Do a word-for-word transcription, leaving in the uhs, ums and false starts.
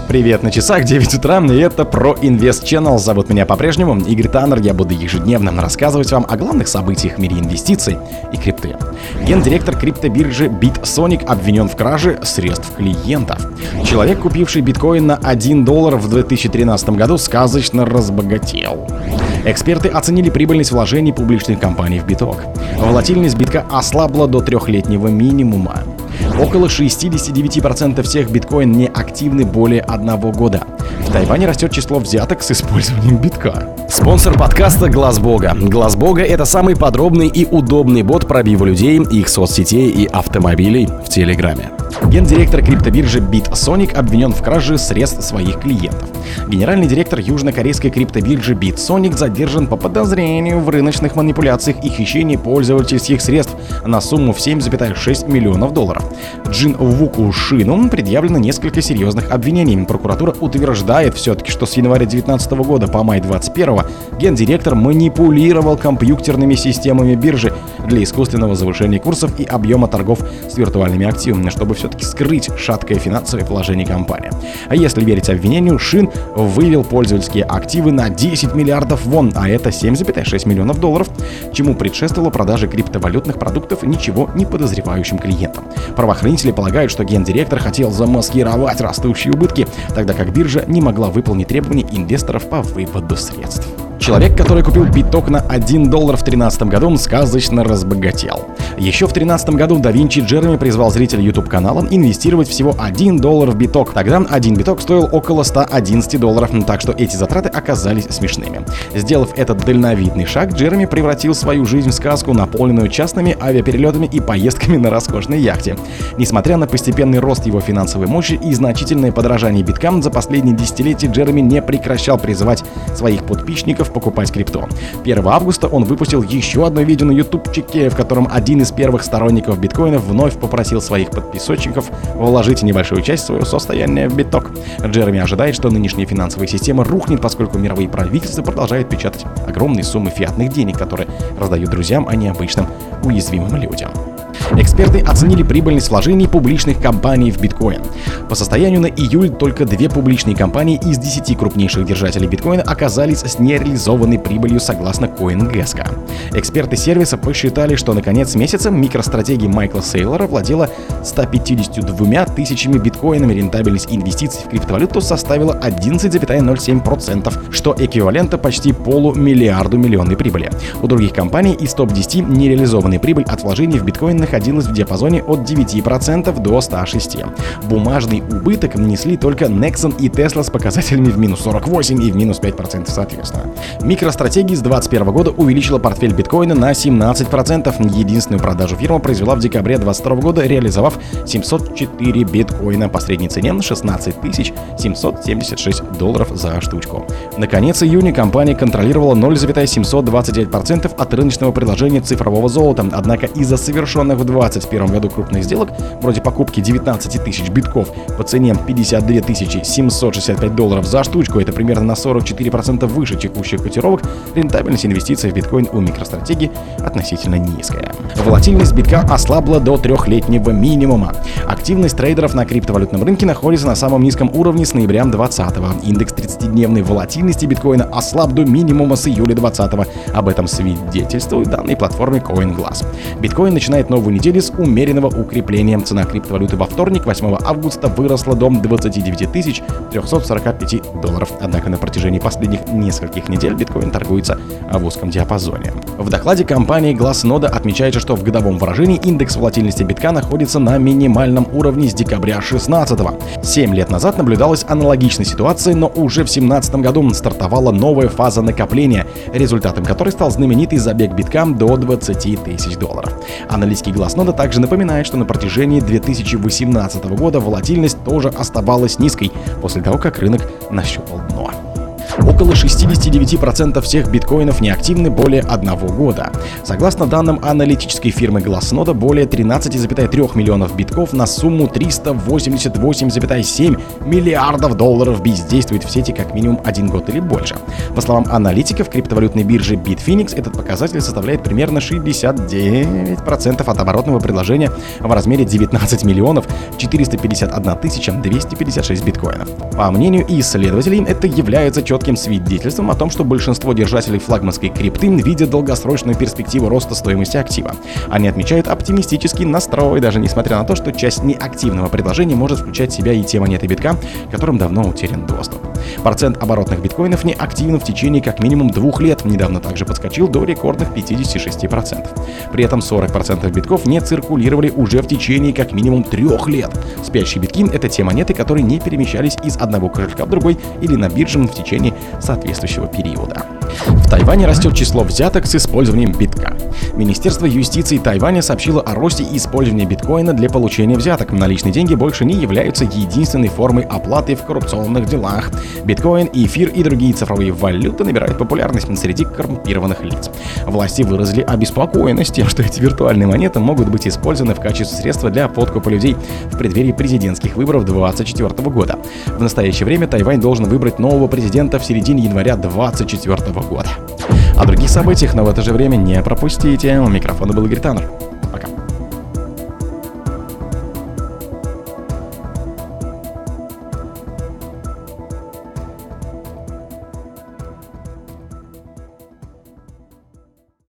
Привет, на часах девять утра, и это про Invest Channel. Зовут меня по-прежнему Игорь Таннер. Я буду ежедневно рассказывать вам о главных событиях в мире инвестиций и крипты. Гендиректор криптобиржи BitSonic обвинен в краже средств клиентов. Человек, купивший биткоин на один доллар в две тысячи тринадцатом году, сказочно разбогател. Эксперты оценили прибыльность вложений публичных компаний в биток. Волатильность битка ослабла до трехлетнего минимума. Около шестьдесят девять процентов всех биткоин не активны более одного года. В Тайване растет число взяток с использованием битка. Спонсор подкаста — Глаз Бога. Глаз Бога — это самый подробный и удобный бот пробива людей, их соцсетей и автомобилей в Телеграме. Гендиректор криптобиржи BitSonic обвинен в краже средств своих клиентов. Генеральный директор южнокорейской криптобиржи BitSonic задержан по подозрению в рыночных манипуляциях и хищении пользовательских средств на сумму в семь целых шесть десятых миллионов долларов. Джин Вуку Шину предъявлено несколько серьезных обвинений. Прокуратура утверждает все-таки, что с января две тысячи девятнадцатого года по май две тысячи двадцать первого гендиректор манипулировал компьютерными системами биржи для искусственного завышения курсов и объема торгов с виртуальными активами, чтобы все-таки скрыть шаткое финансовое положение компании. А если верить обвинению, Шин вывел пользовательские активы на десять миллиардов вон, а это семь целых шесть десятых миллионов долларов, чему предшествовала продажа криптовалютных продуктов ничего не подозревающим клиентам. Правоохранители полагают, что гендиректор хотел замаскировать растущие убытки, тогда как биржа не могла выполнить требования инвесторов по выводу средств. Человек, который купил биток на один доллар в две тысячи тринадцатом году, сказочно разбогател. Еще в две тысячи тринадцатом году Да Винчи Джереми призвал зрителей YouTube-канала инвестировать всего один доллар в биток. Тогда один биток стоил около ста одиннадцати долларов, так что эти затраты оказались смешными. Сделав этот дальновидный шаг, Джереми превратил свою жизнь в сказку, наполненную частными авиаперелетами и поездками на роскошной яхте. Несмотря на постепенный рост его финансовой мощи и значительное подорожание биткам, за последние десятилетия Джереми не прекращал призывать своих подписчиков покупать крипту. первого августа он выпустил еще одно видео на ютубчике, в котором один из первых сторонников биткоина вновь попросил своих подписчиков вложить небольшую часть своего состояния в биток. Джереми ожидает, что нынешняя финансовая система рухнет, поскольку мировые правительства продолжают печатать огромные суммы фиатных денег, которые раздают друзьям, а не обычным уязвимым людям. Эксперты оценили прибыльность вложений публичных компаний в биткоин. По состоянию на июль только две публичные компании из десяти крупнейших держателей биткоина оказались с нереализованной прибылью согласно CoinGecko. Эксперты сервиса посчитали, что на конец месяца микростратегия Майкла Сейлора владела ста пятьюдесятью двумя тысячами биткоинами. Рентабельность инвестиций в криптовалюту составила одиннадцать целых ноль семь сотых процента, что эквивалента почти полумиллиарду миллионной прибыли. У других компаний из топ десяти нереализованная прибыль от вложений в биткоин находилась в диапазоне от девяти процентов до ста шести процентов. Бумажный убыток нанесли только Nexon и Tesla с показателями в минус сорок восемь процентов и в минус пять процентов соответственно. Микростратегия с две тысячи двадцать первого года увеличила портфель биткоина на семнадцать процентов. Единственную продажу фирма произвела в декабре две тысячи двадцать второго года, реализовав семьсот четыре биткоина по средней цене шестнадцать тысяч семьсот семьдесят шесть долларов за штучку. На конец июня компания контролировала ноль целых семьсот двадцать девять сотых процента от рыночного предложения цифрового золота, однако из-за совершенных в две тысячи двадцать первом году крупных сделок, вроде покупки девятнадцати тысяч битков по цене пятьдесят две тысячи семьсот шестьдесят пять долларов за штучку, это примерно на сорок четыре процента выше текущих котировок, рентабельность инвестиций в биткоин у микростратегии относительно низкая. Волатильность битка ослабла до трехлетнего минимума. Активность трейдеров на криптовалютном рынке находится на самом низком уровне с ноября двадцатого. Индекс тридцатидневной волатильности биткоина ослаб до минимума с июля двадцатого. Об этом свидетельствует данные платформы CoinGlass. Биткоин начинает новую неделю с умеренного укрепления. Цена криптовалюты во вторник, восьмого августа, выросла до двадцати девяти тысяч трехсот сорока пяти долларов. Однако на протяжении последних нескольких недель биткоин торгуется в узком диапазоне. В докладе компании Glassnode отмечается, что в годовом выражении индекс волатильности битка находится на минимальном уровне с декабря шестнадцатого. Семь лет назад наблюдалась аналогичная ситуация, но уже в семнадцатом году стартовала новая фаза накопления, результатом которой стал знаменитый забег битка до двадцати тысяч долларов. Аналитики Glassnode также напоминают, что на протяжении две тысячи восемнадцатого года волатильность тоже оставалась низкой после того, как рынок нащупал дно. Около шестьдесят девять процентов всех биткоинов неактивны более одного года. Согласно данным аналитической фирмы Glassnode, более тринадцать целых три миллионов битков на сумму триста восемьдесят восемь целых семь миллиардов долларов бездействует в сети как минимум один год или больше. По словам аналитиков криптовалютной биржи Bitfinex, этот показатель составляет примерно шестьдесят девять процентов от оборотного предложения в размере девятнадцать миллионов четыреста пятьдесят одна тысяча двести пятьдесят шесть биткоинов. По мнению исследователей, это является четким свидетельством о том, что большинство держателей флагманской крипты видят долгосрочную перспективу роста стоимости актива. Они отмечают оптимистический настрой, даже несмотря на то, что часть неактивного предложения может включать в себя и те монеты битка, которым давно утерян доступ. Процент оборотных биткоинов неактивен в течение как минимум двух лет, недавно также подскочил до рекордных пятидесяти шести процентов. При этом сорок процентов битков не циркулировали уже в течение как минимум трех лет. Спящие битки — это те монеты, которые не перемещались из одного кошелька в другой или на бирже в течение соответствующего периода. В Тайване растет число взяток с использованием битка. Министерство юстиции Тайваня сообщило о росте использования биткоина для получения взяток. Наличные деньги больше не являются единственной формой оплаты в коррупционных делах. Биткоин, эфир и другие цифровые валюты набирают популярность среди коррумпированных лиц. Власти выразили обеспокоенность тем, что эти виртуальные монеты могут быть использованы в качестве средства для подкупа людей в преддверии президентских выборов две тысячи двадцать четвёртого года. В настоящее время Тайвань должен выбрать нового президента в середине января две тысячи двадцать четвёртого года. О других событиях, но в это же время не пропустите. У микрофона был Игорь Таннер.